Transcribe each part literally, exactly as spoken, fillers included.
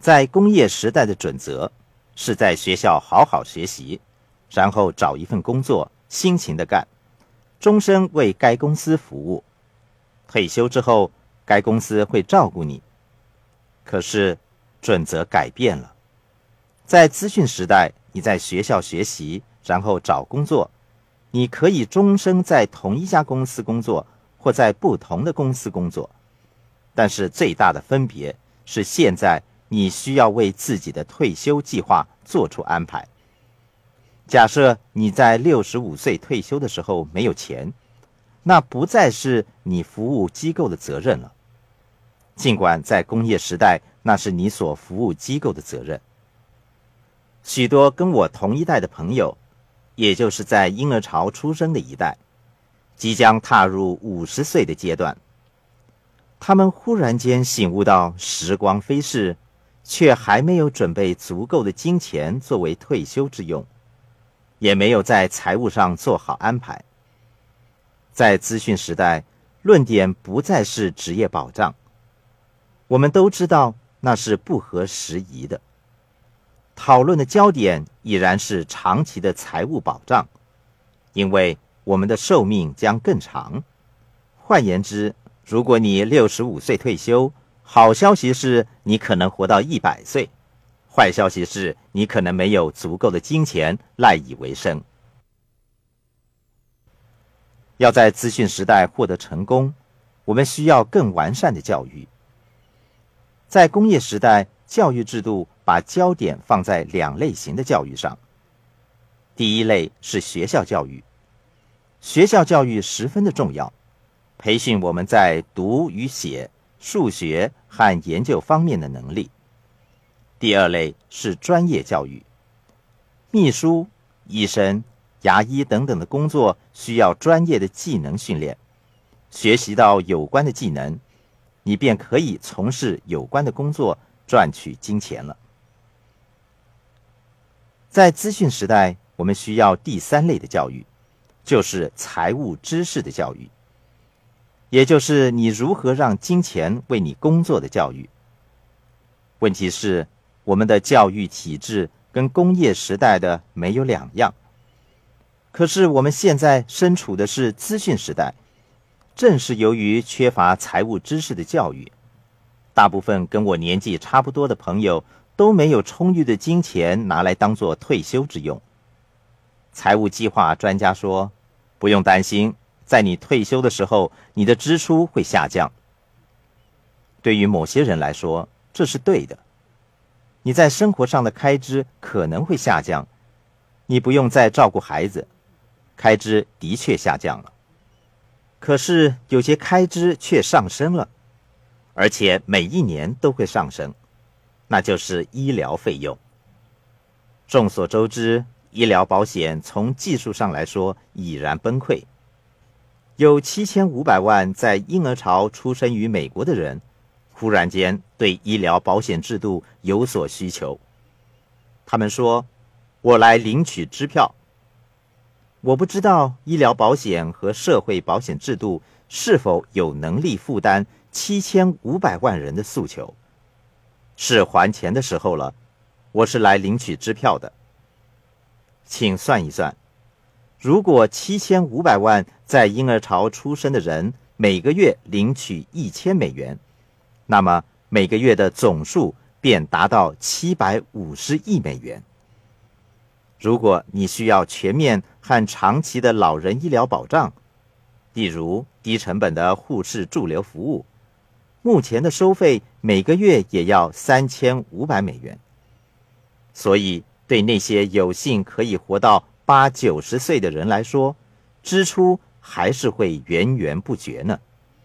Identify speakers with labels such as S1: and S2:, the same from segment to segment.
S1: 在工业时代的准则是在学校好好学习，然后找一份工作，辛勤的干，终身为该公司服务。退休之后，该公司会照顾你。可是准则改变了，在资讯时代，你在学校学习，然后找工作，你可以终生在同一家公司工作，或在不同的公司工作。但是最大的分别是，现在你需要为自己的退休计划做出安排。假设你在六十五岁退休的时候没有钱，那不再是你服务机构的责任了。尽管在工业时代，那是你所服务机构的责任。许多跟我同一代的朋友，也就是在婴儿潮出生的一代，即将踏入五十岁的阶段，他们忽然间醒悟到时光飞逝，却还没有准备足够的金钱作为退休之用，也没有在财务上做好安排。在资讯时代，论点不再是职业保障，我们都知道那是不合时宜的。讨论的焦点已然是长期的财务保障，因为我们的寿命将更长。换言之，如果你六十五岁退休，好消息是你可能活到一百岁，坏消息是你可能没有足够的金钱赖以为生。要在资讯时代获得成功，我们需要更完善的教育。在工业时代，教育制度把焦点放在两类型的教育上。第一类是学校教育，学校教育十分的重要，培训我们在读与写、数学和研究方面的能力。第二类是专业教育，秘书、医生、牙医等等的工作需要专业的技能训练，学习到有关的技能，你便可以从事有关的工作，赚取金钱了。在资讯时代，我们需要第三类的教育，就是财务知识的教育，也就是你如何让金钱为你工作的教育。问题是，我们的教育体制跟工业时代的没有两样。可是我们现在身处的是资讯时代，正是由于缺乏财务知识的教育，大部分跟我年纪差不多的朋友都没有充裕的金钱拿来当作退休之用。财务计划专家说，不用担心，在你退休的时候，你的支出会下降。对于某些人来说，这是对的。你在生活上的开支可能会下降，你不用再照顾孩子，开支的确下降了。可是有些开支却上升了，而且每一年都会上升，那就是医疗费用。众所周知，医疗保险从技术上来说已然崩溃。有七千五百万在婴儿潮出生于美国的人，忽然间对医疗保险制度有所需求。他们说，我来领取支票。我不知道医疗保险和社会保险制度是否有能力负担七千五百万人的诉求。是还钱的时候了，我是来领取支票的。请算一算，如果七千五百万在婴儿潮出生的人每个月领取一千美元，那么每个月的总数便达到七百五十亿美元。如果你需要全面和长期的老人医疗保障，例如低成本的护士驻留服务，目前的收费每个月也要三千五百美元。所以对那些有幸可以活到八九十岁的人来说，支出还是会源源不绝呢。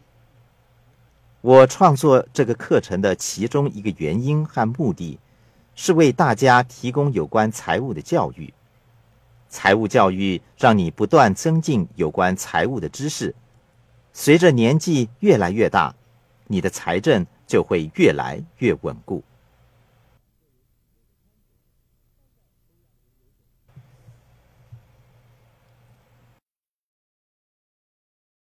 S1: 我创作这个课程的其中一个原因和目的，是为大家提供有关财务的教育。财务教育让你不断增进有关财务的知识，随着年纪越来越大，你的财政就会越来越稳固。